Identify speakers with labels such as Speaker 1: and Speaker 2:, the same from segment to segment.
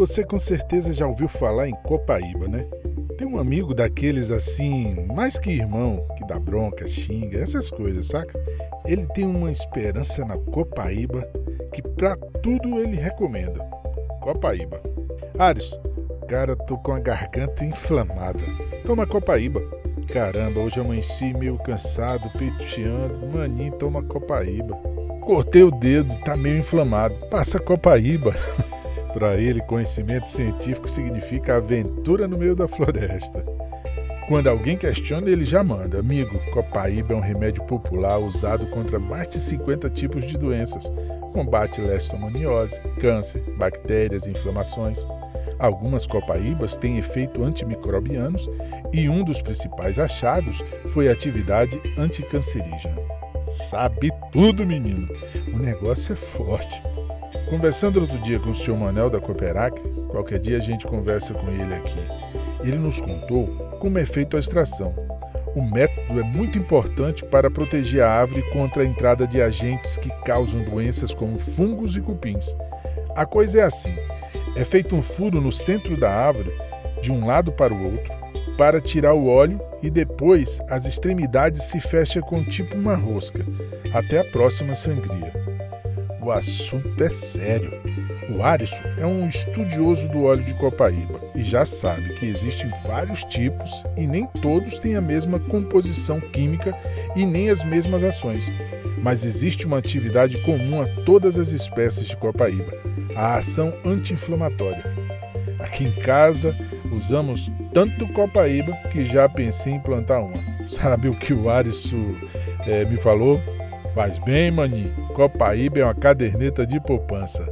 Speaker 1: Você com certeza já ouviu falar em copaíba, né? Tem um amigo daqueles assim, mais que irmão, que dá bronca, xinga, essas coisas, saca? Ele tem uma esperança na copaíba que pra tudo ele recomenda. Copaíba. Ares, cara, tô com a garganta inflamada. Toma copaíba. Caramba, hoje amanheci meio cansado, peito chiando. Maninho, toma copaíba. Cortei o dedo, tá meio inflamado. Passa copaíba. Para ele, conhecimento científico significa aventura no meio da floresta. Quando alguém questiona, ele já manda. Amigo, copaíba é um remédio popular usado contra mais de 50 tipos de doenças. Combate leishmaniose, câncer, bactérias e inflamações. Algumas copaíbas têm efeito antimicrobianos e um dos principais achados foi a atividade anticancerígena. Sabe tudo, menino. O negócio é forte. Conversando outro dia com o Sr. Manel da Cooperac, qualquer dia a gente conversa com ele aqui, ele nos contou como é feita a extração. O método é muito importante para proteger a árvore contra a entrada de agentes que causam doenças como fungos e cupins. A coisa é assim, é feito um furo no centro da árvore, de um lado para o outro, para tirar o óleo e depois as extremidades se fecham com tipo uma rosca, até a próxima sangria. O assunto é sério. O Arisson é um estudioso do óleo de copaíba e já sabe que existem vários tipos e nem todos têm a mesma composição química e nem as mesmas ações. Mas existe uma atividade comum a todas as espécies de copaíba, a ação anti-inflamatória. Aqui em casa usamos tanto copaíba que já pensei em plantar uma. Sabe o que o Arisson me falou? Faz bem, maninho. Copaíba é uma caderneta de poupança.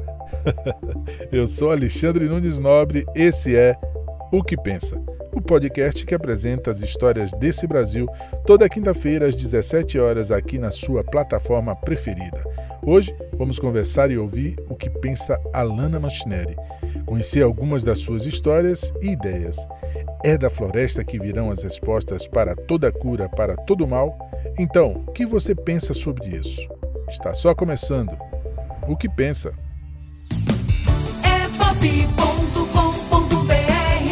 Speaker 1: Eu sou Alexandre Nunes Nobre, esse é O Que Pensa, o podcast que apresenta as histórias desse Brasil toda quinta-feira às 17 horas aqui na sua plataforma preferida. Hoje vamos conversar e ouvir o que pensa Alana Manchineri, conhecer algumas das suas histórias e ideias. É da floresta que virão as respostas para toda cura, para todo mal? Então, o que você pensa sobre isso? Está só começando. O que pensa?
Speaker 2: É pop.com.br,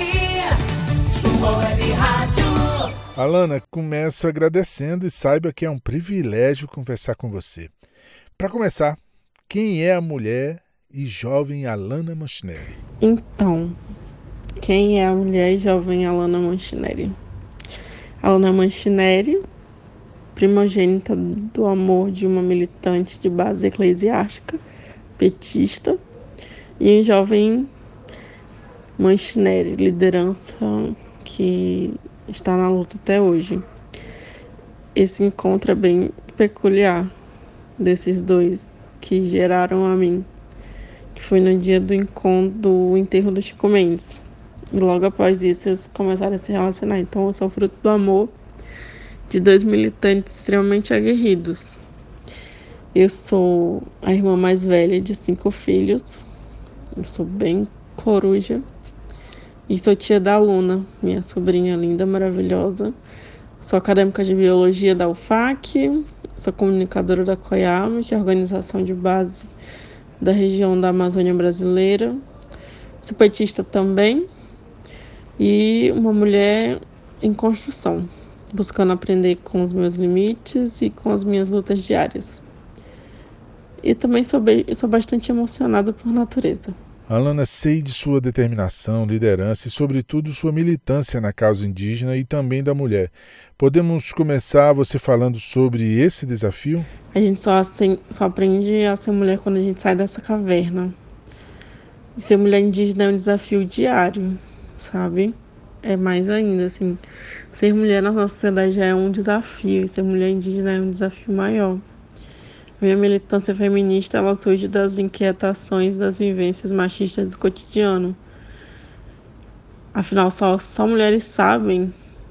Speaker 2: sua web rádio.
Speaker 1: Alana, começo agradecendo e saiba que é um privilégio conversar com você. Para começar, quem é a mulher e jovem Alana Manchineri?
Speaker 3: Então, quem é a mulher e jovem Alana Manchineri? Alana Manchineri, primogênita do amor de uma militante de base eclesiástica, petista, e um jovem Manchineri, liderança que está na luta até hoje. Esse encontro é bem peculiar desses dois que geraram a mim, que foi no dia do enterro do Chico Mendes. E logo após isso eles começaram a se relacionar. Então eu sou fruto do amor de dois militantes extremamente aguerridos. Eu sou a irmã mais velha de 5 filhos. Eu sou bem coruja. E sou tia da Luna, minha sobrinha linda, maravilhosa. Sou acadêmica de biologia da UFAC. Sou comunicadora da COIAB, que é a organização de base da região da Amazônia brasileira. Sou petista também. E uma mulher em construção, buscando aprender com os meus limites e com as minhas lutas diárias. E também sou bastante emocionada por natureza.
Speaker 1: Alana, sei de sua determinação, liderança e, sobretudo, sua militância na causa indígena e também da mulher. Podemos começar você falando sobre esse desafio?
Speaker 3: A gente só aprende a ser mulher quando a gente sai dessa caverna. E ser mulher indígena é um desafio diário, sabe? É mais ainda, assim. Ser mulher na nossa sociedade já é um desafio, e ser mulher indígena é um desafio maior. A minha militância feminista, ela surge das inquietações, das vivências machistas do cotidiano. Afinal, só mulheres sabem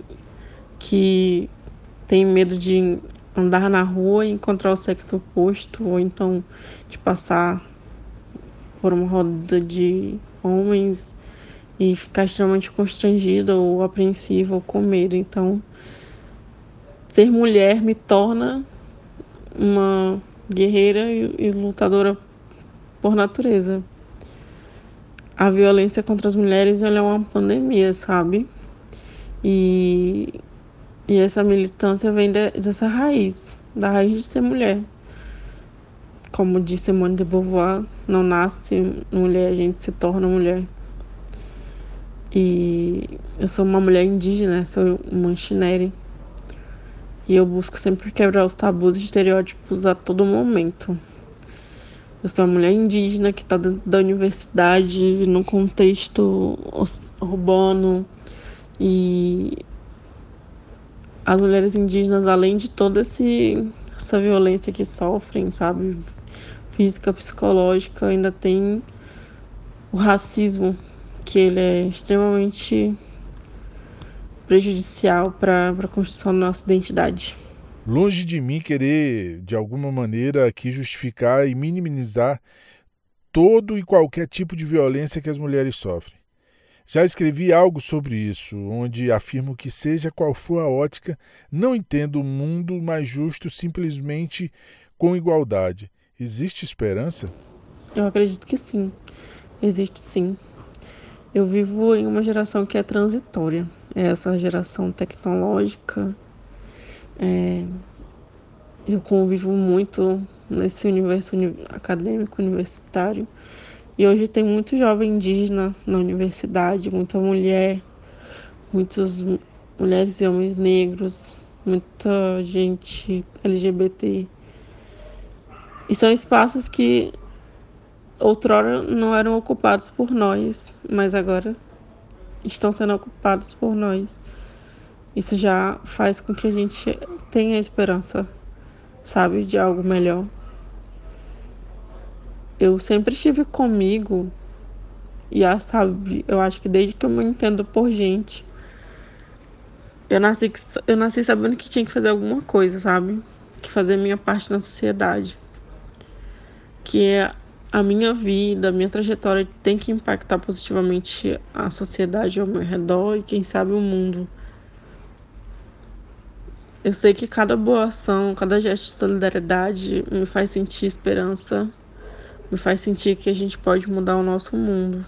Speaker 3: que tem medo de andar na rua e encontrar o sexo oposto, ou então de passar por uma roda de homens e ficar extremamente constrangida ou apreensiva ou com medo. Então, ser mulher me torna uma guerreira e lutadora por natureza. a violência contra as mulheres ela é uma pandemia, sabe? E, e essa militância vem dessa raiz, da raiz de ser mulher. Como disse Simone de Beauvoir, não nasce mulher, a gente se torna mulher. E eu sou uma mulher indígena, sou uma Xinere. E eu busco sempre quebrar os tabus e estereótipos a todo momento. Eu sou uma mulher indígena que está dentro da universidade, num contexto urbano. E as mulheres indígenas, além de toda essa violência que sofrem, sabe? Física, psicológica, ainda tem o racismo, que ele é extremamente prejudicial para a construção da nossa identidade.
Speaker 1: Longe de mim querer, de alguma maneira, aqui justificar e minimizar todo e qualquer tipo de violência que as mulheres sofrem. Já escrevi algo sobre isso, onde afirmo que, seja qual for a ótica, não entendo o mundo mais justo simplesmente com igualdade. Existe esperança?
Speaker 3: Eu acredito que sim, existe sim. Eu vivo em uma geração que é transitória, é essa geração tecnológica. Eu convivo muito nesse universo acadêmico, universitário. E hoje tem muito jovem indígena na universidade, muita mulher, muitas mulheres e homens negros, muita gente LGBT. E são espaços que outrora não eram ocupados por nós, mas agora estão sendo ocupados por nós. Isso já faz com que a gente tenha esperança, sabe, de algo melhor. Eu sempre estive comigo, e sabe, eu acho que desde que eu me entendo por gente, eu nasci sabendo que tinha que fazer alguma coisa, sabe? Que fazer a minha parte na sociedade. Que a minha vida, a minha trajetória tem que impactar positivamente a sociedade ao meu redor e, quem sabe, o mundo. Eu sei que cada boa ação, cada gesto de solidariedade me faz sentir esperança, me faz sentir que a gente pode mudar o nosso mundo.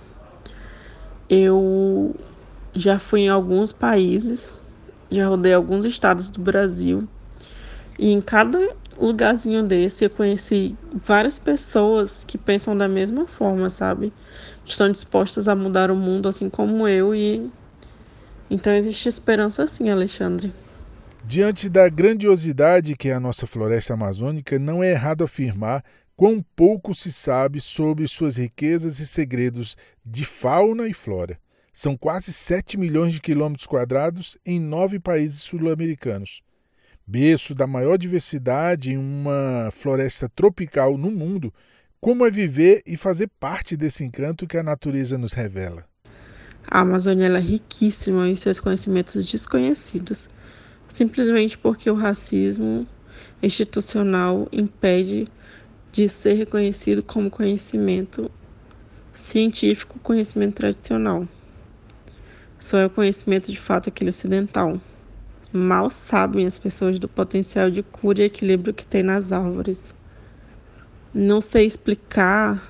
Speaker 3: Eu já fui em alguns países, já rodei alguns estados do Brasil, e em cada lugarzinho desse eu conheci várias pessoas que pensam da mesma forma, sabe? Que estão dispostas a mudar o mundo assim como eu, e então existe esperança sim, Alexandre.
Speaker 1: Diante da grandiosidade que é a nossa floresta amazônica, não é errado afirmar quão pouco se sabe sobre suas riquezas e segredos de fauna e flora. São quase 7 milhões de quilômetros quadrados em 9 países sul-americanos. Berço da maior diversidade em uma floresta tropical no mundo, como é viver e fazer parte desse encanto que a natureza nos revela?
Speaker 3: A Amazônia ela é riquíssima em seus conhecimentos desconhecidos, simplesmente porque o racismo institucional impede de ser reconhecido como conhecimento científico, conhecimento tradicional. Só é o conhecimento de fato aquele ocidental. Mal sabem as pessoas do potencial de cura e equilíbrio que tem nas árvores. Não sei explicar,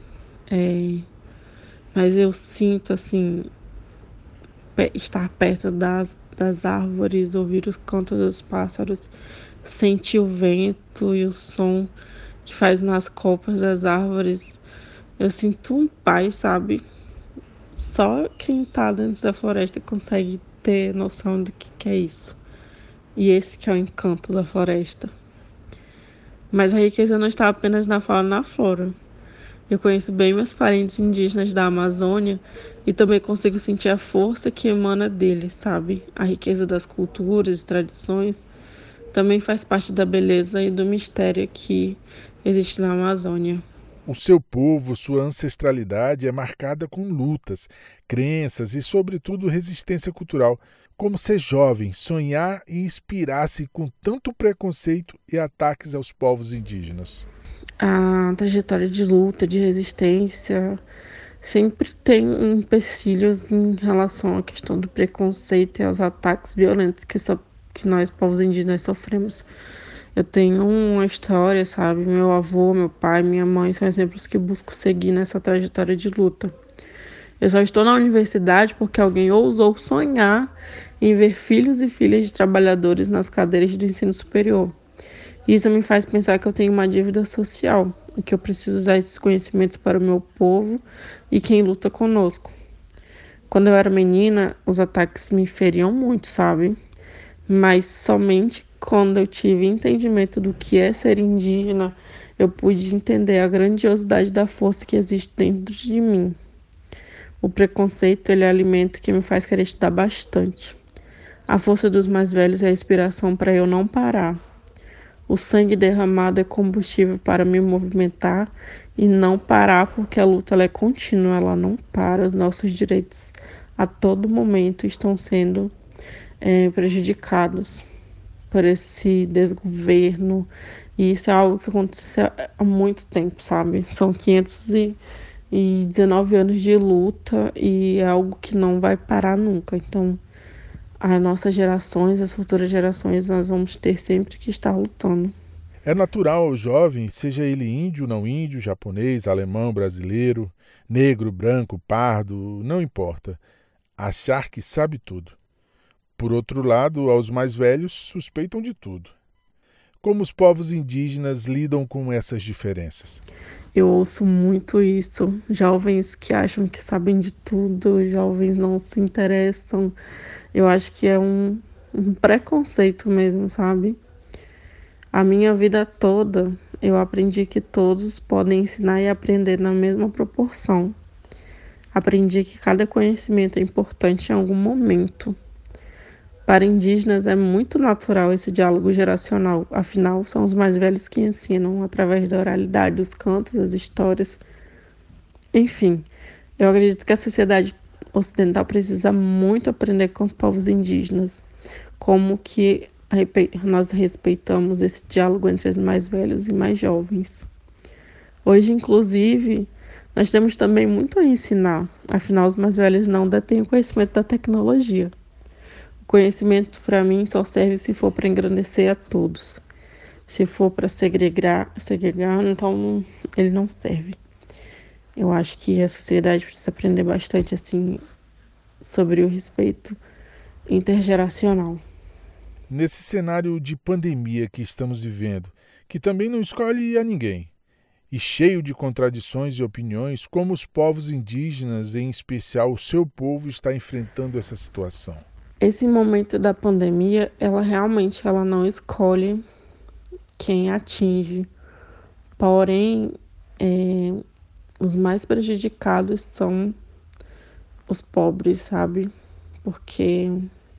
Speaker 3: mas eu sinto assim, estar perto das árvores, ouvir os cantos dos pássaros, sentir o vento e o som que faz nas copas das árvores. Eu sinto um paz, sabe? Só quem tá dentro da floresta consegue ter noção do que é isso. E esse que é o encanto da floresta. Mas a riqueza não está apenas na fauna e na flora. Eu conheço bem meus parentes indígenas da Amazônia e também consigo sentir a força que emana deles, sabe? A riqueza das culturas e tradições também faz parte da beleza e do mistério que existe na Amazônia.
Speaker 1: O seu povo, sua ancestralidade é marcada com lutas, crenças e, sobretudo, resistência cultural. Como ser jovem, sonhar e inspirar-se com tanto preconceito e ataques aos povos indígenas?
Speaker 3: A trajetória de luta, de resistência, sempre tem empecilhos em relação à questão do preconceito e aos ataques violentos que nós, povos indígenas, sofremos. Eu tenho uma história, sabe? Meu avô, meu pai, minha mãe são exemplos que busco seguir nessa trajetória de luta. Eu só estou na universidade porque alguém ousou sonhar em ver filhos e filhas de trabalhadores nas cadeiras do ensino superior. Isso me faz pensar que eu tenho uma dívida social e que eu preciso usar esses conhecimentos para o meu povo e quem luta conosco. Quando eu era menina, os ataques me feriam muito, sabe? Mas somente quando eu tive entendimento do que é ser indígena, eu pude entender a grandiosidade da força que existe dentro de mim. O preconceito, ele é alimento que me faz querer estudar bastante. A força dos mais velhos é a inspiração para eu não parar. O sangue derramado é combustível para me movimentar e não parar, porque a luta ela é contínua, ela não para. Os nossos direitos a todo momento estão sendo prejudicados por esse desgoverno. E isso é algo que aconteceu há muito tempo, sabe? São 519 anos de luta e é algo que não vai parar nunca. Então, as nossas gerações, as futuras gerações, nós vamos ter sempre que estar lutando.
Speaker 1: É natural ao jovem, seja ele índio, não índio, japonês, alemão, brasileiro, negro, branco, pardo, não importa, achar que sabe tudo. Por outro lado, aos mais velhos, suspeitam de tudo. Como os povos indígenas lidam com essas diferenças?
Speaker 3: Eu ouço muito isso, jovens que acham que sabem de tudo, jovens não se interessam. Eu acho que é um preconceito mesmo, sabe? A minha vida toda eu aprendi que todos podem ensinar e aprender na mesma proporção. Aprendi que cada conhecimento é importante em algum momento. Para indígenas é muito natural esse diálogo geracional, afinal são os mais velhos que ensinam através da oralidade, dos cantos, das histórias. Enfim, eu acredito que a sociedade ocidental precisa muito aprender com os povos indígenas, como que nós respeitamos esse diálogo entre os mais velhos e mais jovens. Hoje, inclusive, nós temos também muito a ensinar, afinal os mais velhos não detêm o conhecimento da tecnologia. O conhecimento, para mim, só serve se for para engrandecer a todos. Se for para segregar, então ele não serve. Eu acho que a sociedade precisa aprender bastante assim sobre o respeito intergeracional.
Speaker 1: Nesse cenário de pandemia que estamos vivendo, que também não escolhe a ninguém, e cheio de contradições e opiniões, como os povos indígenas, em especial o seu povo, está enfrentando essa situação?
Speaker 3: Esse momento da pandemia, ela não escolhe quem atinge. Porém, os mais prejudicados são os pobres, sabe? Porque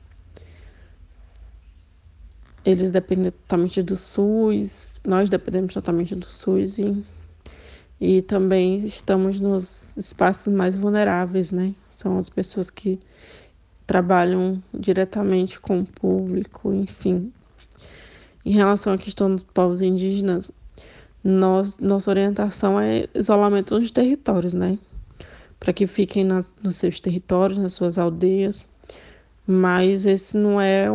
Speaker 3: eles dependem totalmente do SUS, nós dependemos totalmente do SUS e também estamos nos espaços mais vulneráveis, né? São as pessoas que trabalham diretamente com o público, enfim. Em relação à questão dos povos indígenas, nossa orientação é isolamento nos territórios, né? Para que fiquem nos seus territórios, nas suas aldeias. Mas esse não é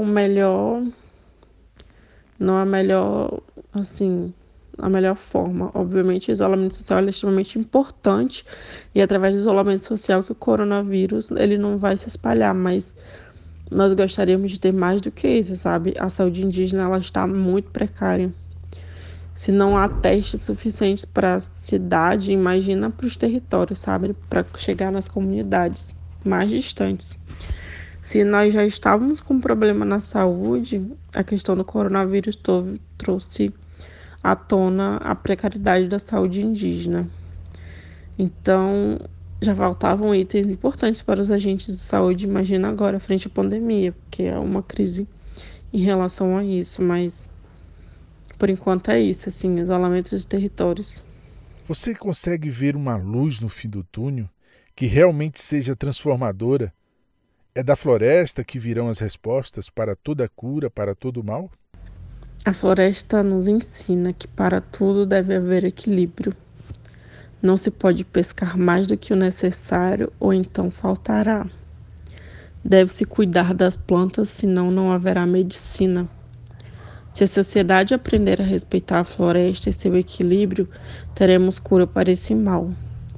Speaker 3: a melhor forma. Obviamente, o isolamento social é extremamente importante e é através do isolamento social que o coronavírus ele não vai se espalhar, mas nós gostaríamos de ter mais do que isso, sabe? A saúde indígena ela está muito precária. Se não há testes suficientes para a cidade, imagina para os territórios, sabe? Para chegar nas comunidades mais distantes. Se nós já estávamos com problema na saúde, a questão do coronavírus trouxe à tona a precariedade da saúde indígena. Então, já faltavam itens importantes para os agentes de saúde, imagina agora, frente à pandemia, porque é uma crise em relação a isso, mas por enquanto é isso, assim, isolamento dos territórios.
Speaker 1: Você consegue ver uma luz no fim do túnel que realmente seja transformadora? É da floresta que virão as respostas para toda cura, para todo mal?
Speaker 3: A floresta nos ensina que para tudo deve haver equilíbrio. Não se pode pescar mais do que o necessário ou então faltará. Deve-se cuidar das plantas, senão não haverá medicina. Se a sociedade aprender a respeitar a floresta e seu equilíbrio, teremos cura para esse mal.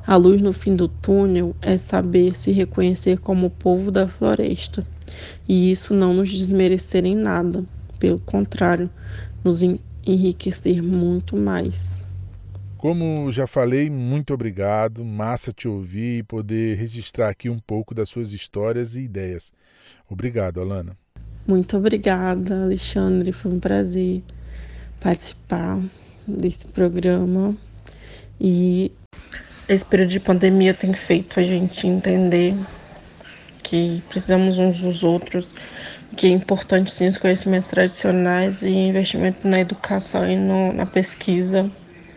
Speaker 3: A luz no fim do túnel é saber se reconhecer como o povo da floresta. E isso não nos desmerecer em nada. Pelo contrário, nos enriquecer muito mais.
Speaker 1: Como já falei, muito obrigado. Massa te ouvir e poder registrar aqui um pouco das suas histórias e ideias. Obrigado, Alana.
Speaker 3: Muito obrigada, Alexandre. Foi um prazer participar desse programa. E esse período de pandemia tem feito a gente entender que precisamos uns dos outros, que é importante sim os conhecimentos tradicionais e investimento na educação e na pesquisa.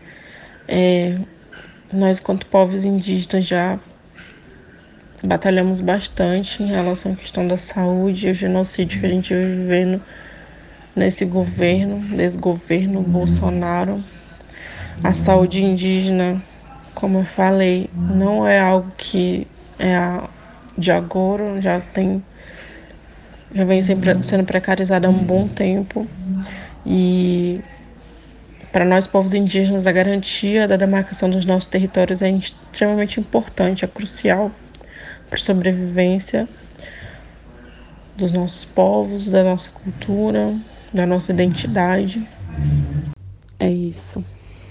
Speaker 3: Nós, enquanto povos indígenas, já batalhamos bastante em relação à questão da saúde e o genocídio que a gente vem vivendo nesse governo Bolsonaro. A saúde indígena, como eu falei, não é algo que é de agora, já vem sendo precarizada há um bom tempo. E para nós, povos indígenas, a garantia da demarcação dos nossos territórios é extremamente importante, é crucial para a sobrevivência dos nossos povos, da nossa cultura, da nossa identidade. É isso.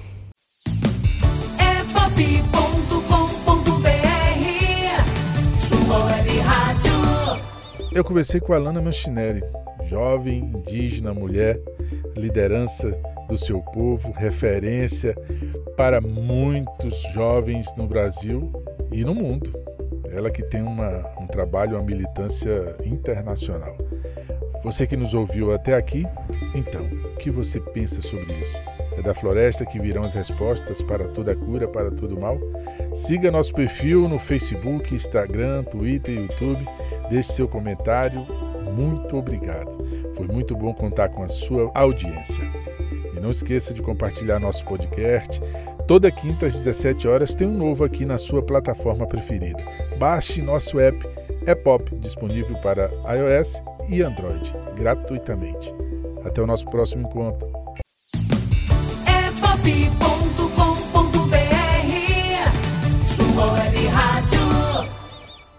Speaker 2: É pop.com.br, sua web rádio.
Speaker 1: Eu conversei com a Alana Manchineri, jovem, indígena, mulher, liderança do seu povo, referência para muitos jovens no Brasil e no mundo. Ela que tem um trabalho, uma militância internacional. Você que nos ouviu até aqui, então, o que você pensa sobre isso? É da floresta que virão as respostas para toda cura, para todo mal? Siga nosso perfil no Facebook, Instagram, Twitter e YouTube. Deixe seu comentário. Muito obrigado. Foi muito bom contar com a sua audiência. E não esqueça de compartilhar nosso podcast. Toda quinta às 17 horas tem um novo aqui na sua plataforma preferida. Baixe nosso app É-Pop, disponível para iOS e Android, gratuitamente. Até o nosso próximo encontro.